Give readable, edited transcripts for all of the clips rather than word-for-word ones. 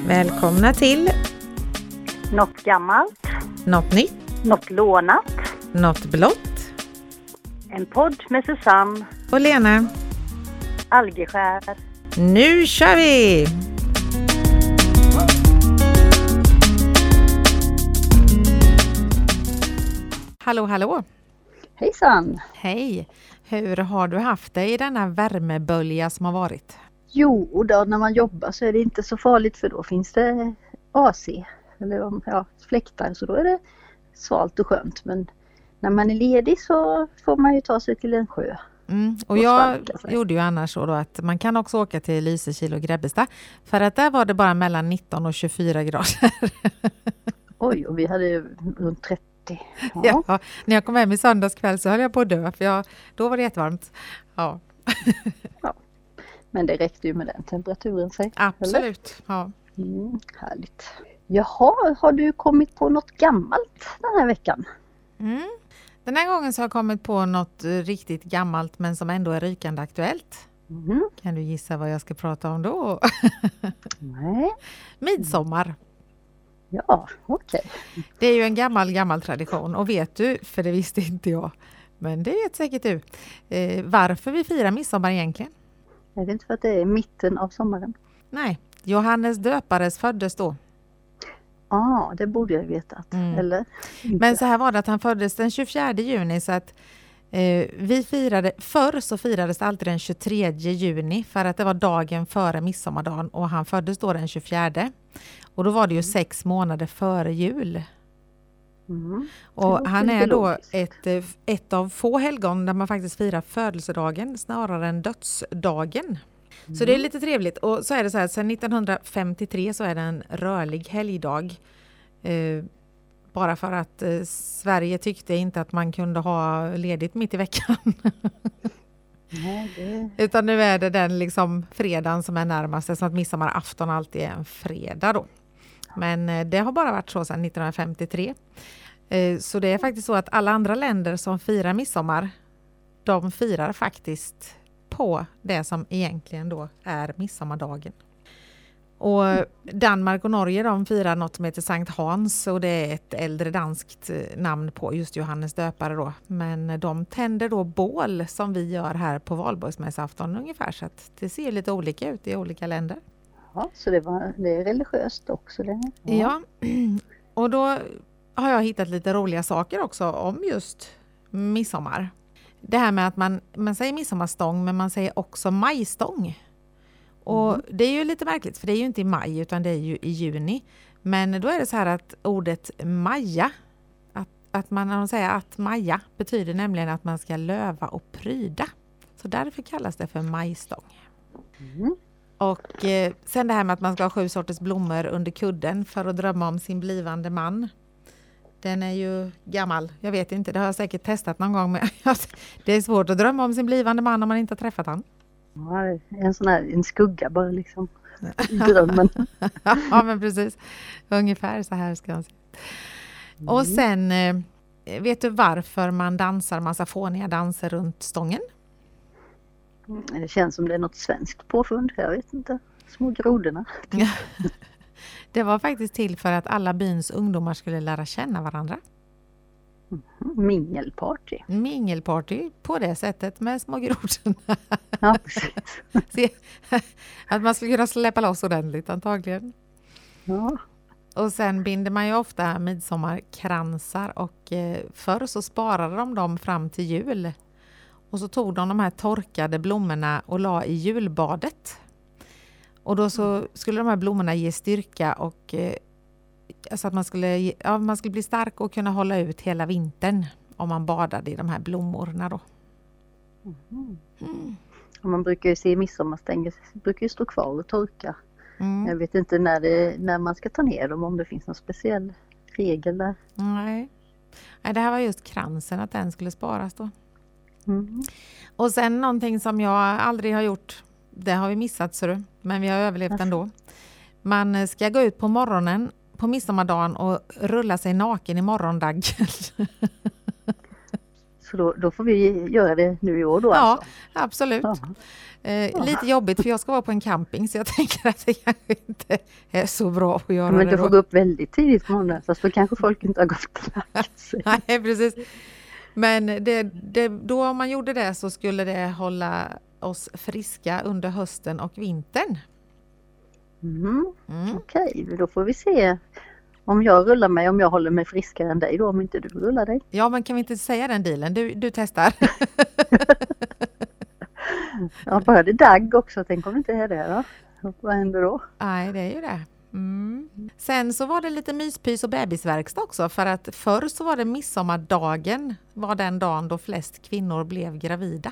Välkomna till Något gammalt, Något nytt, något lånat, Något blått en podd med Susanne och Lena. Algeskär. Nu kör vi! Hallå, hallå! Hejsan! Hej! Hur har du haft det i denna värmebölja som har varit? Jo, då, när man jobbar så är det inte så farligt för då finns det AC eller fläktar, så då är det svalt och skönt. Men när man är ledig så får man ju ta sig till en sjö. Och jag gjorde ju annars så då att man kan också åka till Lysekil och Grebbestad, för att där var det bara mellan 19 och 24 grader. Oj, och vi hade runt 30. Ja, när jag kom hem i söndags kväll så höll jag på att dö, för då var det jättevarmt. Ja. Ja. Men det räckte ju med den temperaturen sig. Absolut, ja. Härligt. Jaha, har du kommit på något gammalt den här veckan? Den här gången så har jag kommit på något riktigt gammalt men som ändå är rykande aktuellt. Kan du gissa vad jag ska prata om då? Nej. Midsommar. Ja, okej. Det är ju en gammal tradition, och vet du, för det visste inte jag, men det vet säkert du, varför vi firar midsommar egentligen? Är det inte för att det är mitten av sommaren? Nej, Johannes döpares föddes då. Ja, det borde jag veta. Eller? Men så här var det, att han föddes den 24 juni, så att förr så firades det alltid den 23 juni för att det var dagen före midsommardagen, och han föddes då den 24. Och då var det ju 6 månader före jul. Och han är då ett av få helgon där man faktiskt firar födelsedagen snarare än dödsdagen. Så det är lite trevligt. Och så är det så här, sedan 1953 så är det en rörlig helgdag. Bara för att Sverige tyckte inte att man kunde ha ledigt mitt i veckan. Nej, Utan nu är det den liksom fredagen som är närmast, så att midsommarafton alltid är en fredag då. Men det har bara varit så sedan 1953. Så det är faktiskt så att alla andra länder som firar midsommar, de firar faktiskt på det som egentligen då är midsommardagen. Och Danmark och Norge, de firar något som heter Sankt Hans, och det är ett äldre danskt namn på just Johannes döpare då. Men de tänder då bål som vi gör här på valborgsmässoafton ungefär, så att det ser lite olika ut i olika länder. Ja, så det är religiöst också det. Ja, och då har jag hittat lite roliga saker också om just midsommar. Det här med att man säger midsommarstång, men man säger också majstång. Och det är ju lite märkligt, för det är ju inte i maj utan det är ju i juni. Men då är det så här att ordet maja, att man, när man säger att maja, betyder nämligen att man ska löva och pryda. Så därför kallas det för majstång. Och sen det här med att man ska ha 7 sorters blommor under kudden för att drömma om sin blivande man. Den är ju gammal. Jag vet inte, det har jag säkert testat någon gång. Men det är svårt att drömma om sin blivande man om man inte har träffat han. Ja, en skugga bara liksom i drömmen. Ja, men precis. Ungefär så här ska man se. Och sen, vet du varför man dansar massa fåniga danser runt stången? Det känns som det är något svenskt påfund, jag vet inte. Små grodorna. Det var faktiskt till för att alla byns ungdomar skulle lära känna varandra. Mingelparty på det sättet med små grodorna. Ja, precis. Att man skulle kunna släppa loss ordentligt antagligen. Ja. Och sen binder man ju ofta midsommarkransar, och förr så sparade de dem fram till jul. Och så tog de här torkade blommorna och la i julbadet. Och då så skulle de här blommorna ge styrka, och alltså att man skulle bli stark och kunna hålla ut hela vintern om man badade i de här blommorna då. Och man brukar ju se midsommarstänger, brukar ju stå kvar och torka. Jag vet inte när man ska ta ner dem, om det finns någon speciell regel där. Nej, det här var just kransen, att den skulle sparas då. Och sen någonting som jag aldrig har gjort, det har vi missat, så du, men vi har överlevt ändå. Man ska gå ut på morgonen på midsommardagen och rulla sig naken i morgondaggen. Så Så då får vi göra det nu i år då Ja, alltså. absolut. Ja. Lite jobbigt för jag ska vara på en camping så jag tänker att det kanske inte är så bra att göra Men det du då. får gå upp väldigt tidigt på morgonen, fast då kanske folk inte har gått och lagt sig. Nej, precis. Men då om man gjorde det så skulle det hålla oss friska under hösten och vintern. Okej, då får vi se om jag rullar mig, om jag håller mig friskare än dig då, om inte du rullar dig. Ja, men kan vi inte säga den dealen? Du testar. Ja, bara det dagg också, tänk om inte är det då. Vad händer då? Nej, det är ju det. Sen så var det lite myspys och bebisverkstad också, för att förr så var det midsommardagen var den dagen då flest kvinnor blev gravida.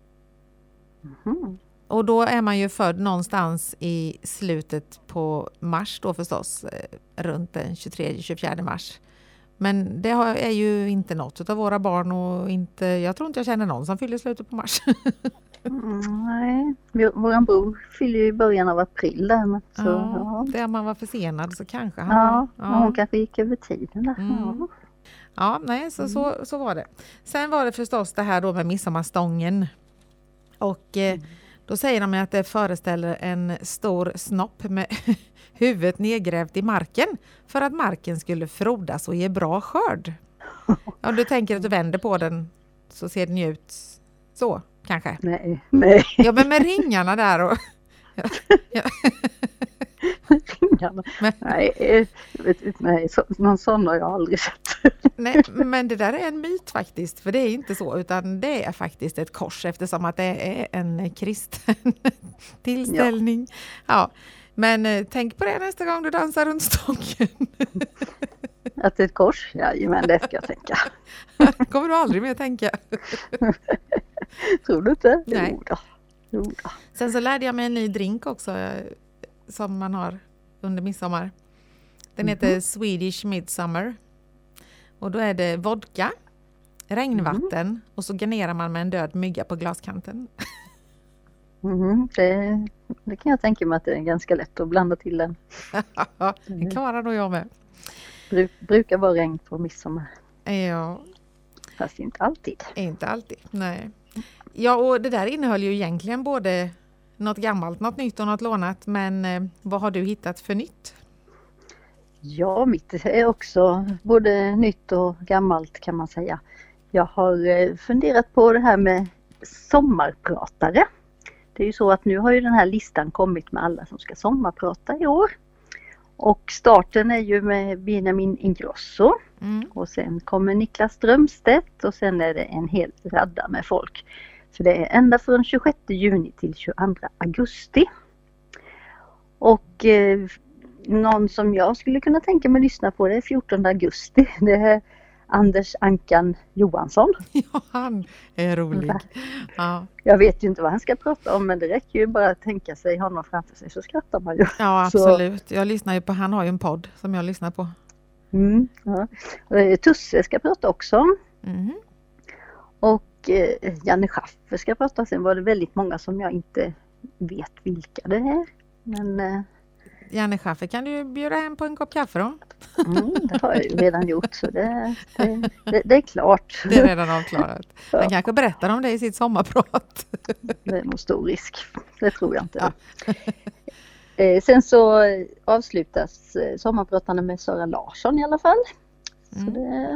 Och då är man ju född någonstans i slutet på mars då förstås, runt den 23-24 mars. Men det är ju inte något av våra barn och jag tror inte jag känner någon som fyller slutet på mars. Nej, våran bror fyller ju i början av april där. Så, Där man var försenad så kanske hon kanske gick över tiden där. Ja, nej, så var det. Sen var det förstås det här då med midsommarstången. Och då säger de att det föreställer en stor snopp med huvudet nedgrävt i marken för att marken skulle frodas och ge bra skörd. Om du tänker att du vänder på den så ser den ju ut så, kanske. Nej. Ja, men med ringarna där och... Ringarna? Nej, någon sån har jag aldrig sett. Nej, men det där är en myt faktiskt, för det är inte så, utan det är faktiskt ett kors eftersom att det är en kristen tillställning. Ja. Men tänk på det nästa gång du dansar runt stången. Att det är ett kors? Ja, men det ska jag tänka. Kommer du aldrig mer tänka? Tror du inte? Nej. Jo då. Sen så lärde jag mig en ny drink också som man har under midsommar. Den heter Swedish Midsummer. Och då är det vodka, regnvatten och så garnerar man med en död mygga på glaskanten. Det kan jag tänka mig att det är ganska lätt att blanda till den. Det klarar nog jag med. Brukar vara regn på midsommar. Ja. Fast inte alltid. Inte alltid, nej. Ja, och det där innehöll ju egentligen både något gammalt, något nytt och något lånat. Men vad har du hittat för nytt? Ja, mitt är också både nytt och gammalt kan man säga. Jag har funderat på det här med sommarpratare. Det är ju så att nu har ju den här listan kommit med alla som ska sommarprata i år. Och starten är ju med Benjamin Ingrosso. Och sen kommer Niklas Strömstedt och sen är det en hel radda med folk. Så det är ända från 26 juni till 22 augusti. Och någon som jag skulle kunna tänka mig lyssna på det är 14 augusti. Det är Anders Ankan Johansson. Ja, han är rolig. Ja. Jag vet ju inte vad han ska prata om, men det räcker ju bara att tänka sig honom framför sig så skrattar man ju. Ja, absolut. Jag lyssnar ju på, han har ju en podd som jag lyssnar på. Ja. Tusse ska prata också. Och Janne Schaffer ska prata. Sen var det väldigt många som jag inte vet vilka det är. Men... Janne Schaffer kan du bjuda hem på en kopp kaffe då? Det har jag ju redan gjort så det är klart. Det är redan avklarat. Han kanske berättar om det i sitt sommarprat. Det är nog stor risk. Det tror jag inte. Ja. Sen så avslutas sommarpratarna med Sara Larsson i alla fall. Så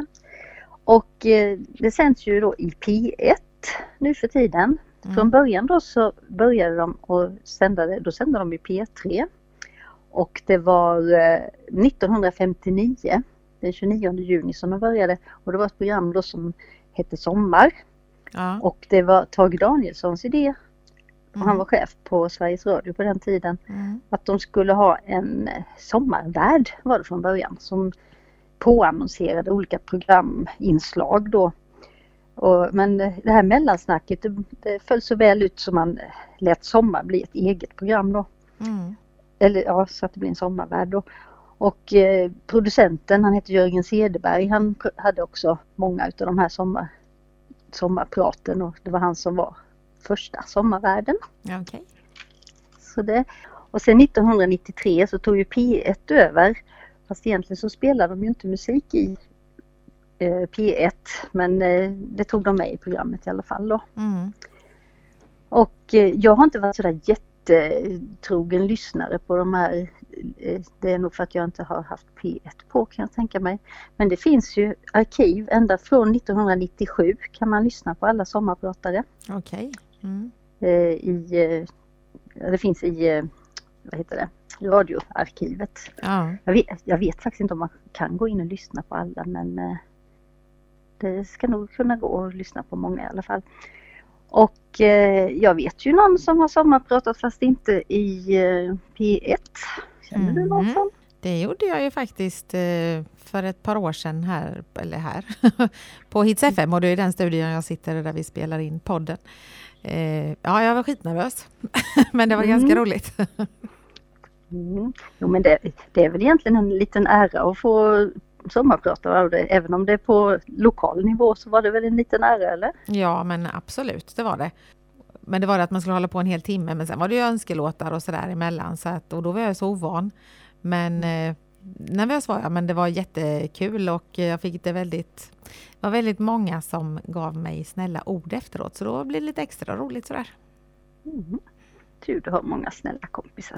det sänds ju då i P1 nu för tiden. Från början då så började de att sända det. Då sände de i P3. Och det var 1959, den 29 juni som de började. Och det var ett program då som hette Sommar. Ja. Och det var Tage Danielssons idé. Och han var chef på Sveriges Radio på den tiden. Att de skulle ha en sommarvärd var det från början. Som påannonserade olika programinslag då. Men det här mellansnacket det föll så väl ut som man lät Sommar bli ett eget program då. Eller ja, så att det blir en sommarvärld då. Och producenten, han heter Jörgen Cederberg, han hade också många utav de här sommarpraten och det var han som var första sommarvärden. Okay. Så det, och sen 1993 så tog ju P1 över, fast egentligen så spelade de ju inte musik i P1, men det tog de med i programmet i alla fall då. Mm. Och jag har inte varit sådär jättetrogen lyssnare på de här. Det är nog för att jag inte har haft P1 på, kan jag tänka mig. Men det finns ju arkiv ända från 1997 kan man lyssna på alla sommarpratare. Okej. Mm. Det finns i vad heter det? Radioarkivet. Ja. Jag vet faktiskt inte om man kan gå in och lyssna på alla, men det ska nog kunna gå att lyssna på många i alla fall. Och jag vet ju någon som har sommarpratat fast inte i P1. Känner du någon sån? Det gjorde jag ju faktiskt för ett par år sedan här på Hits FM, och det är den studion jag sitter där vi spelar in podden. Ja, jag var skitnervös, men det var ganska roligt. Jo, men det är väl egentligen en liten ära att få sommarprata av det. Även om det är på lokal nivå så var det väl en liten ära, eller? Ja, men absolut, det var det. Men det var det att man skulle hålla på en hel timme, men sen var det ju önskelåtar och sådär emellan, och då var jag så ovan. Men nervös var jag, men det var jättekul, och jag fick det var väldigt många som gav mig snälla ord efteråt, så då blev det lite extra roligt sådär. Tur, du har många snälla kompisar.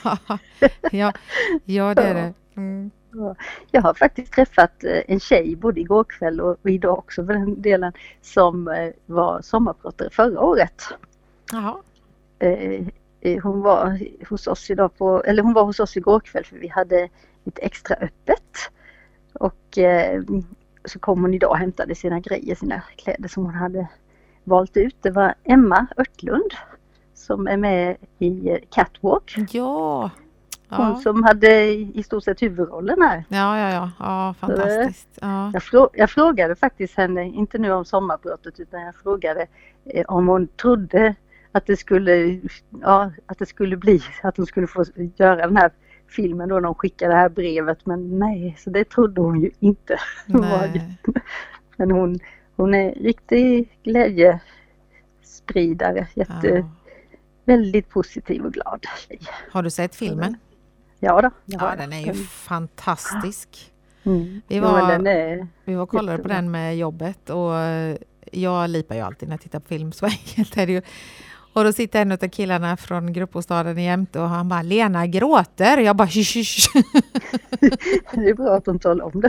Ja, det är det. Mm. Jag har faktiskt träffat en tjej både igår kväll och idag också för den delen, som var sommarpratare förra året. Jaha. Hon var hos oss hon var hos oss igår kväll för vi hade lite extra öppet. Och så kom hon idag och hämtade sina kläder som hon hade valt ut. Det var Emma Örtlund som är med i Catwalk. Ja. Hon som hade i stort sett huvudrollen här. Ja, fantastiskt. Ja. Jag frågade faktiskt henne, inte nu om sommarpratet, utan jag frågade om hon trodde att det skulle bli, att hon skulle få göra den här filmen då när hon skickade det här brevet. Men nej, så det trodde hon ju inte. Men hon är riktig glädjespridare. Väldigt positiv och glad tjej. Har du sett filmen? Ja då. Ja, den är ju fantastisk. Vi var och kollade på den med jobbet, och jag lipar ju alltid när jag tittar på film, så enkelt är det ju. Och då sitter en av killarna från gruppbostaden jämte och han bara, Lena gråter. Jag bara, hysch. Det är bra att de talar om det.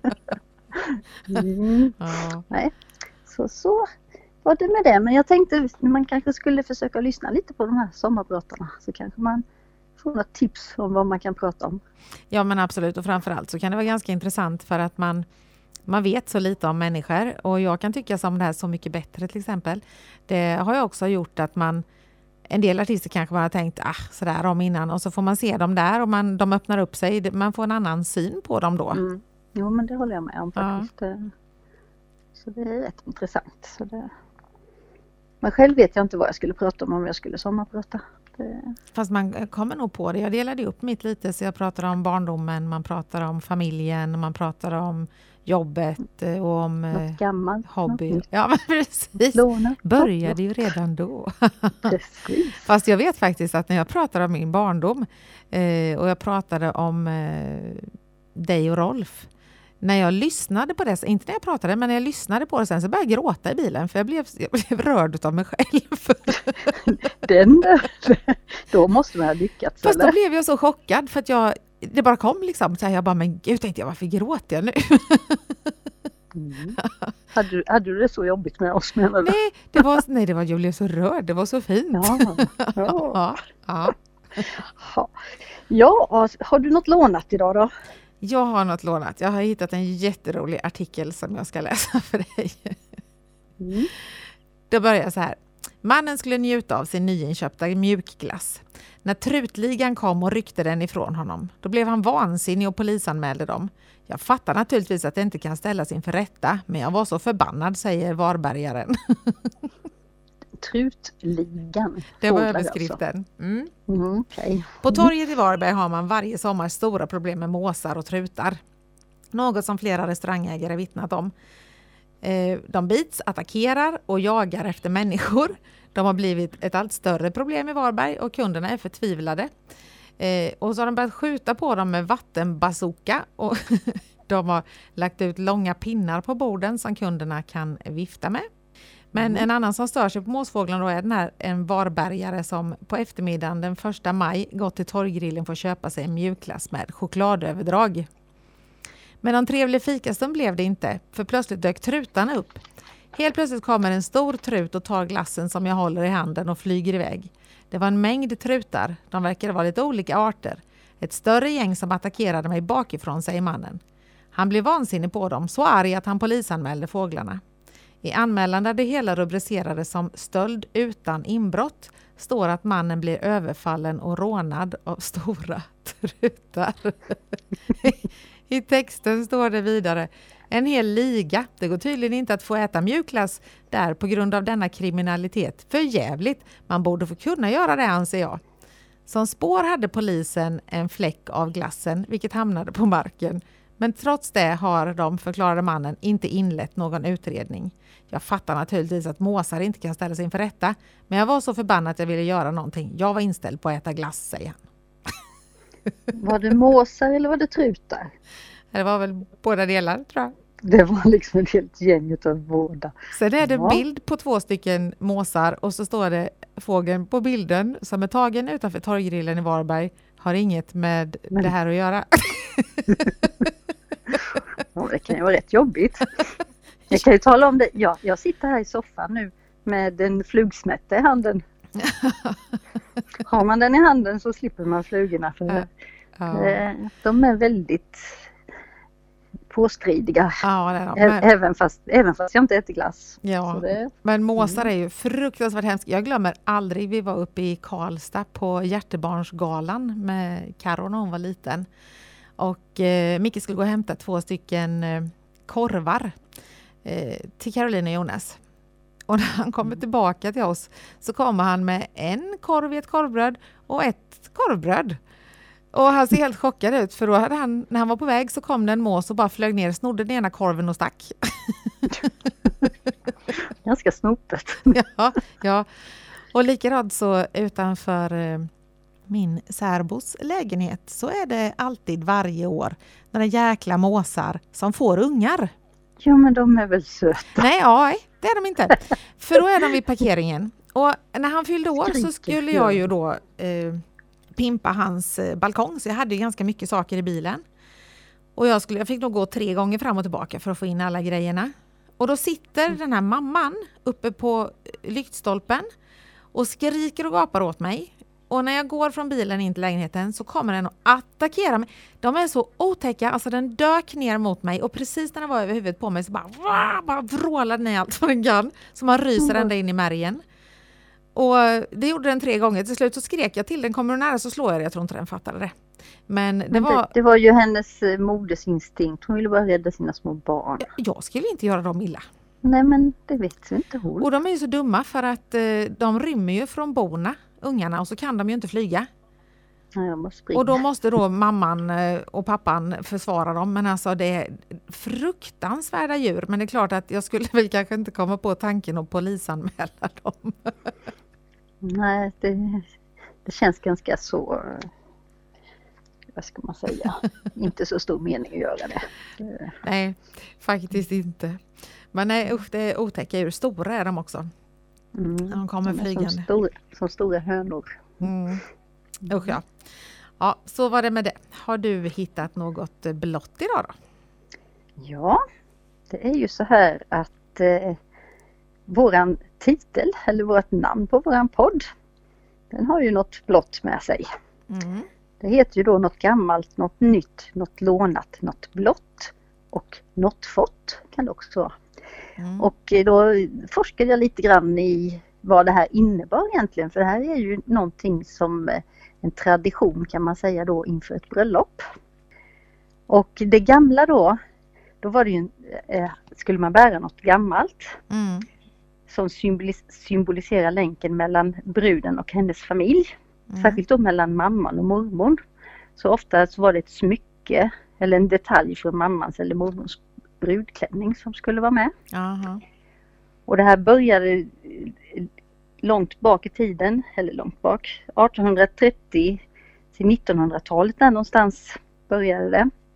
Ja. Nej, så var det med det. Men jag tänkte man kanske skulle försöka lyssna lite på de här sommarpratarna, så kanske man får några tips om vad man kan prata om. Ja, men absolut, och framförallt så kan det vara ganska intressant för att man vet så lite om människor, och jag kan tycka som det här Så mycket bättre till exempel. Det har ju också gjort att en del artister kanske man har tänkt sådär om innan, och så får man se dem där och de öppnar upp sig, man får en annan syn på dem då. Jo, men det håller jag med om faktiskt. Ja. Så det är rätt intressant. Men själv vet jag inte vad jag skulle prata om jag skulle sommarprata. Fast man kommer nog på det. Jag delade upp mitt lite, så jag pratar om barndomen, man pratar om familjen, man pratar om jobbet och om hobby. Ja, men precis. Började ju redan då. Precis. Fast jag vet faktiskt att när jag pratar om min barndom och jag pratade om dig och Rolf, när jag lyssnade på det, inte när jag pratade, men när jag lyssnade på det sen, så började jag gråta i bilen, för jag blev rörd av mig själv. Då måste man ha lyckats. Fast då blev jag så chockad, för att det bara kom liksom, så jag bara, men gud, tänkte jag, varför gråter jag nu? Hade du det så jobbigt med oss, menar du? Jag blev så rörd, det var så fint. Ja, har du något lånat idag då? Jag har något lånat. Jag har hittat en jätterolig artikel som jag ska läsa för dig. Då börjar jag så här. Mannen skulle njuta av sin nyinköpta mjukglass. När trutligan kom och ryckte den ifrån honom, då blev han vansinnig och polisanmälde dem. Jag fattar naturligtvis att det inte kan ställas inför rätta, men jag var så förbannad, säger varbergaren. Trutligan. Det var överskriften. Okay. På torget i Varberg har man varje sommar stora problem med måsar och trutar. Något som flera restaurangägare vittnat om. De bits, attackerar och jagar efter människor. De har blivit ett allt större problem i Varberg och kunderna är förtvivlade. Och så har de börjat skjuta på dem med vattenbazooka. Och De har lagt ut långa pinnar på borden som kunderna kan vifta med. Men en annan som stör sig på måsfåglarna då är en varbergare som på eftermiddagen den 1 maj gått till torggrillen för att köpa sig en mjukglass med chokladöverdrag. Men en trevlig fikastund blev det inte, för plötsligt dök trutarna upp. Helt plötsligt kommer en stor trut och tar glassen som jag håller i handen och flyger iväg. Det var en mängd trutar, de verkade vara lite olika arter. Ett större gäng som attackerade mig bakifrån, säger mannen. Han blev vansinnig på dem, så arg att han polisanmälde fåglarna. I anmälan där det hela rubricerades som stöld utan inbrott står att mannen blir överfallen och rånad av stora trutar. I texten står det vidare: en hel liga. Det går tydligen inte att få äta mjukglass där på grund av denna kriminalitet. För jävligt. Man borde få kunna göra det, anser jag. Som spår hade polisen en fläck av glassen, vilket hamnade på marken. Men trots det har de, förklarade mannen, inte inlett någon utredning. Jag fattar naturligtvis att måsar inte kan ställa sig inför rätta. Men jag var så förbannad att jag ville göra någonting. Jag var inställd på att äta glass, säger han. Var det måsar eller var det trutar? Det var väl båda delar, tror jag. Det var liksom ett helt gäng utav båda. Sen är det bild på 2 stycken måsar och så står det fågeln på bilden som är tagen utanför torggrillen i Varberg. Har inget med det här att göra. Ja, det kan ju vara rätt jobbigt. Jag kan ju tala om det. Ja, jag sitter här i soffan nu med en flugsmätta i handen. Har man den i handen så slipper man flugorna. För de är väldigt påstridiga. Ja, det är de. Även fast jag inte äter glass. Ja, men måsar är ju fruktansvärt hemskt. Jag glömmer aldrig, vi var uppe i Karlstad på hjärtebarnsgalan med Karo när hon var liten. Och Micke skulle gå och hämta 2 stycken korvar till Caroline och Jonas. Och när han kommer tillbaka till oss så kommer han med en korv i ett korvbröd och ett korvbröd. Och han ser helt chockad ut, för då hade han, när han var på väg så kom det en mås och bara flög ner, snodde den ena korven och stack. Ganska snopet. Ja. Och likadant så utanför min särbos lägenhet så är det alltid varje år några jäkla måsar som får ungar. Ja, men de är väl söta. Nej, det är de inte. För då är de vid parkeringen. Och när han fyllde år så skulle jag ju då pimpa hans balkong. Så jag hade ganska mycket saker i bilen. Och jag fick nog gå 3 gånger fram och tillbaka för att få in alla grejerna. Och då sitter den här mamman uppe på lyktstolpen och skriker och gapar åt mig. Och när jag går från bilen in till lägenheten så kommer den att attackera mig. De är så otäcka, alltså den dök ner mot mig och precis när den var över huvudet på mig så bara vrålade den i allt vad den kan. Så man ryser ända in i märgen. Och det gjorde den 3 gånger. Till slut så skrek jag till den, kommer du nära så slår jag. Jag tror inte den fattade det. Men det var ju hennes modersinstinkt. Hon ville bara rädda sina små barn. Jag skulle inte göra dem illa. Nej, men det vet inte hon. Och de är ju så dumma för att de rymmer ju från bona, ungarna, och så kan de ju inte flyga. Nej, de måste springa. Och då måste då mamman och pappan försvara dem. Men alltså det är fruktansvärda djur. Men det är klart att jag skulle väl kanske inte komma på tanken att polisanmäla dem. Nej, det känns ganska så, vad ska man säga, inte så stor mening att göra det. Nej, faktiskt inte. Men nej, usch, det är otäcka djur. Stora är de också. De kommer flygande. Som stora hönor. Usch, ja. Ja, så var det med det. Har du hittat något blått idag då? Ja, det är ju så här att våran titel, eller vårt namn på våran podd, den har ju något blått med sig. Det heter ju då något gammalt, något nytt, något lånat, något blått och något fått kan det också vara. Och då forskade jag lite grann i vad det här innebar egentligen, för det här är ju någonting som en tradition kan man säga då inför ett bröllop. Och det gamla då var det ju, skulle man bära något gammalt som symboliserar länken mellan bruden och hennes familj. Särskilt då mellan mamman och mormor. Så ofta så var det ett smycke eller en detalj från mammans eller mormors brudklänning som skulle vara med. Aha. Och det här började långt bak i tiden, eller långt bak, 1830 till 1900-talet där någonstans började det.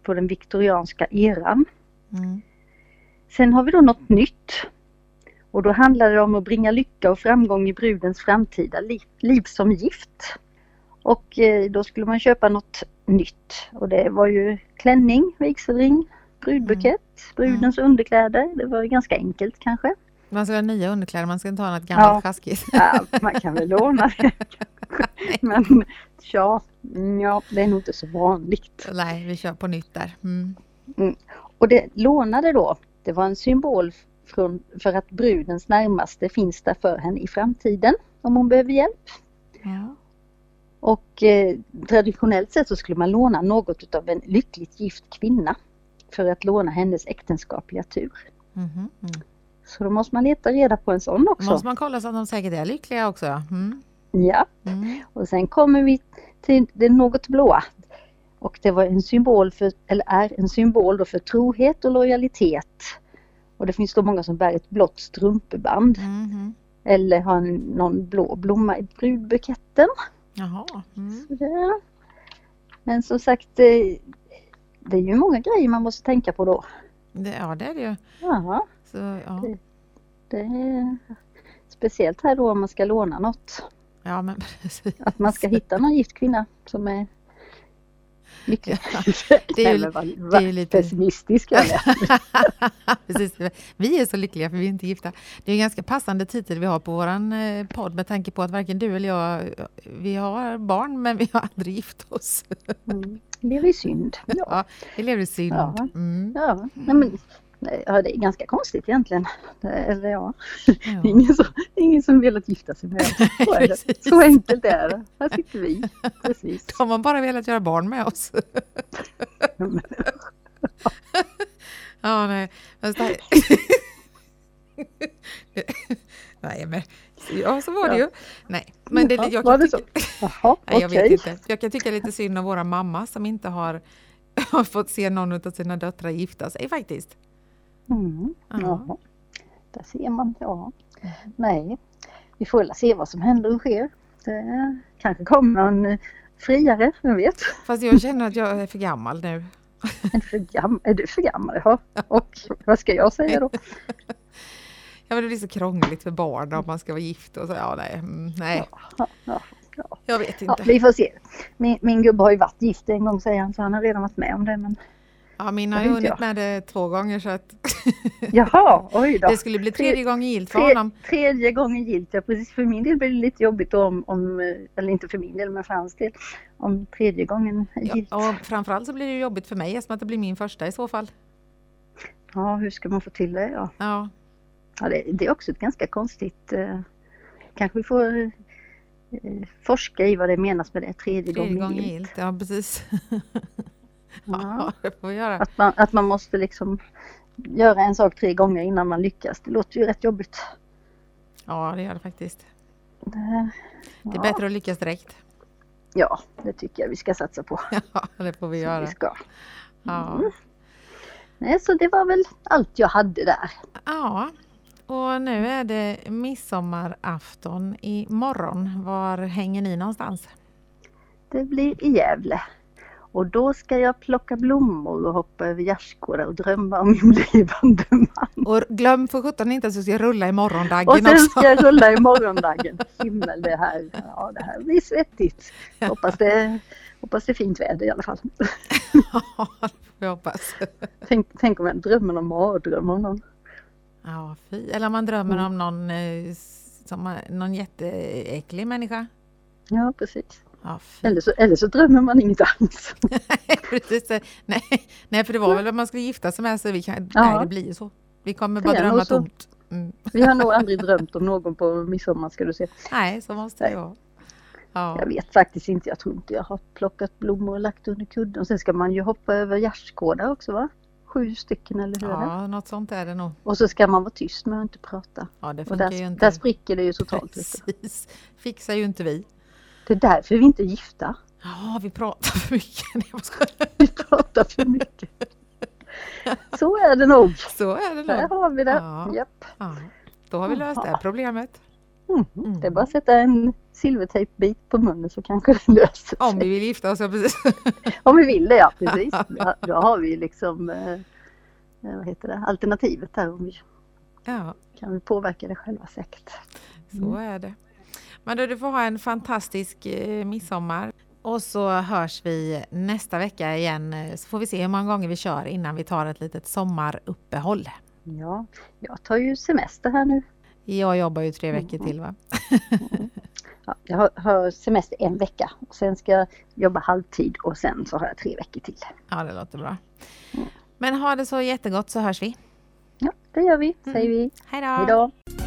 på den viktorianska eran. Mm. Sen har vi då något nytt. Och då handlar det om att bringa lycka och framgång i brudens framtida liv som gift. Och då skulle man köpa något nytt. Och det var ju klänning, vigselring, brudbukett, brudens underkläder. Det var ganska enkelt kanske. Man ska ha nya underkläder, man ska inte ha något gammalt sjaskigt. Ja, man kan väl låna det. Men ja, det är nog inte så vanligt. Nej, vi kör på nytt där. Mm. Och det lånade då, det var en symbol för att brudens närmaste finns där för henne i framtiden om hon behöver hjälp. Ja. Och traditionellt sett så skulle man låna något av en lyckligt gift kvinna för att låna hennes äktenskapliga tur. Mm. Så då måste man leta reda på en sån också. Då måste man kolla så att de säkert är lyckliga också. Mm. Ja, Mm. och sen kommer vi till det något blåa. Och det var en symbol är en symbol då för trohet och lojalitet. Och det finns då många som bär ett blått strumpeband. Mm. Eller har någon blå blomma i brudbuketten. Jaha. Mm. Så men som sagt, det är ju många grejer man måste tänka på då. Det är det ju. Ja, Så, ja. det är speciellt här då om man ska låna något. Ja, men precis. Att man ska hitta någon gift kvinna som är lycklig. Det är ju, det är ju lite pessimistisk. Precis. Vi är så lyckliga för vi är inte gifta. Det är en ganska passande titel vi har på våran podd med tanke på att varken du eller jag, vi har barn men vi har aldrig gift oss. Lever i synd. Ja, vi lever i synd. Ja, Mm. ja. Nej, men, ja, det är ganska konstigt egentligen. Eller ja. Ja. Ingen som velat gifta sig med oss. Så, är det. Så enkelt är det. Här sitter vi. Precis. De har bara velat göra barn med oss. Ja, nej. Nej, men ja, så var det ju. Nej, men det, jag kan tycka, Jaha, nej, jag vet okej. inte. Jag kan tycka lite synd om våra mamma som inte har fått se någon av sina döttrar gifta sig faktiskt. Ja. Där ser man, ja. Nej, vi får väl se vad som händer och sker. Det kanske kommer en friare, jag vet. Fast jag känner att jag är för gammal nu. Är du för gammal? Ja. Och vad ska jag säga då? Ja, men det blir så krångligt för barn om man ska vara gift och så. Ja, nej. Ja. Jag vet Ja, inte. vi får se. Min gubbe har ju varit gift en gång, säger han, så han har redan varit med om det. Men... Ja, min har ju hunnit med det 2 gånger så att Jaha, oj då. det skulle bli 3:e gången gilt för honom. 3:e gången gilt, ja precis. För min del blir det lite jobbigt eller inte för min del, men för hans del, om 3:e gången är gilt. Ja, och framförallt så blir det jobbigt för mig eftersom att det blir min första i så fall. Ja, hur ska man få till det? Ja, det är också ett ganska konstigt... kanske vi får forska i vad det menas med det, 3:e gången gilt. Ja, precis. Ja, det får vi göra. Att man måste liksom göra en sak 3 gånger innan man lyckas. Det låter ju rätt jobbigt. Ja, det gör det faktiskt. Det är bättre att lyckas direkt. Ja, det tycker jag vi ska satsa på. Ja, det får vi göra. Vi ska. Ja. Nej, så det var väl allt jag hade där. Ja, och nu är det midsommarafton imorgon. Var hänger ni någonstans? Det blir i Gävle. Och då ska jag plocka blommor och hoppa över gärdsgårdar och drömma om min blivande man. Och glöm för 17 inte att du ska rulla i morgondagen och sen också. ska jag rulla i morgondagen. Himmel, det här blir svettigt. Hoppas det är fint väder i alla fall. Ja, det får jag hoppas. Tänk om jag drömmer om mardröm om någon. Ja, fy. Eller man drömmer om någon jätteäcklig människa. Ja, precis. Ja, eller så drömmer man inget alls. Precis. Nej, för det var väl att man skulle gifta sig med så nej, det blir ju så. Vi kommer bara drömma tomt. Vi har nog aldrig drömt om någon på midsommar, ska du se. Nej, så måste det vara. Ja. Jag vet faktiskt inte, jag tror inte jag har plockat blommor och lagt under kudden. Och sen ska man ju hoppa över gärdsgårdar också, va? 7 stycken eller hur? Ja, något sånt är det nog. Och så ska man vara tyst med att inte prata. Ja, det funkar ju inte. Där spricker det ju totalt. Precis. Fixar ju inte vi. Det är därför vi inte är gifta. Ja, vi pratar för mycket. Vi pratar för mycket. Så är det nog. Så är det nog. Där har vi det. Ja. Japp. Ja. Då har vi löst det här problemet. Det är bara att sätta en silvertejpbit på munnen så kanske det löser sig. Om vi vill gifta oss, ja, precis. Om vi vill det, ja precis. Då har vi liksom alternativet där. Om vi kan vi påverka det själva säkert. Så är det. Men du får ha en fantastisk midsommar. Och så hörs vi nästa vecka igen. Så får vi se hur många gånger vi kör innan vi tar ett litet sommaruppehåll. Ja, jag tar ju semester här nu. Jag jobbar ju 3 veckor till, va? Ja, jag har semester 1 vecka. Och sen ska jag jobba halvtid och sen så har jag 3 veckor till. Ja, det låter bra. Men ha det så jättegott så hörs vi. Ja, det gör vi. Säger vi. Hej då! Hej då!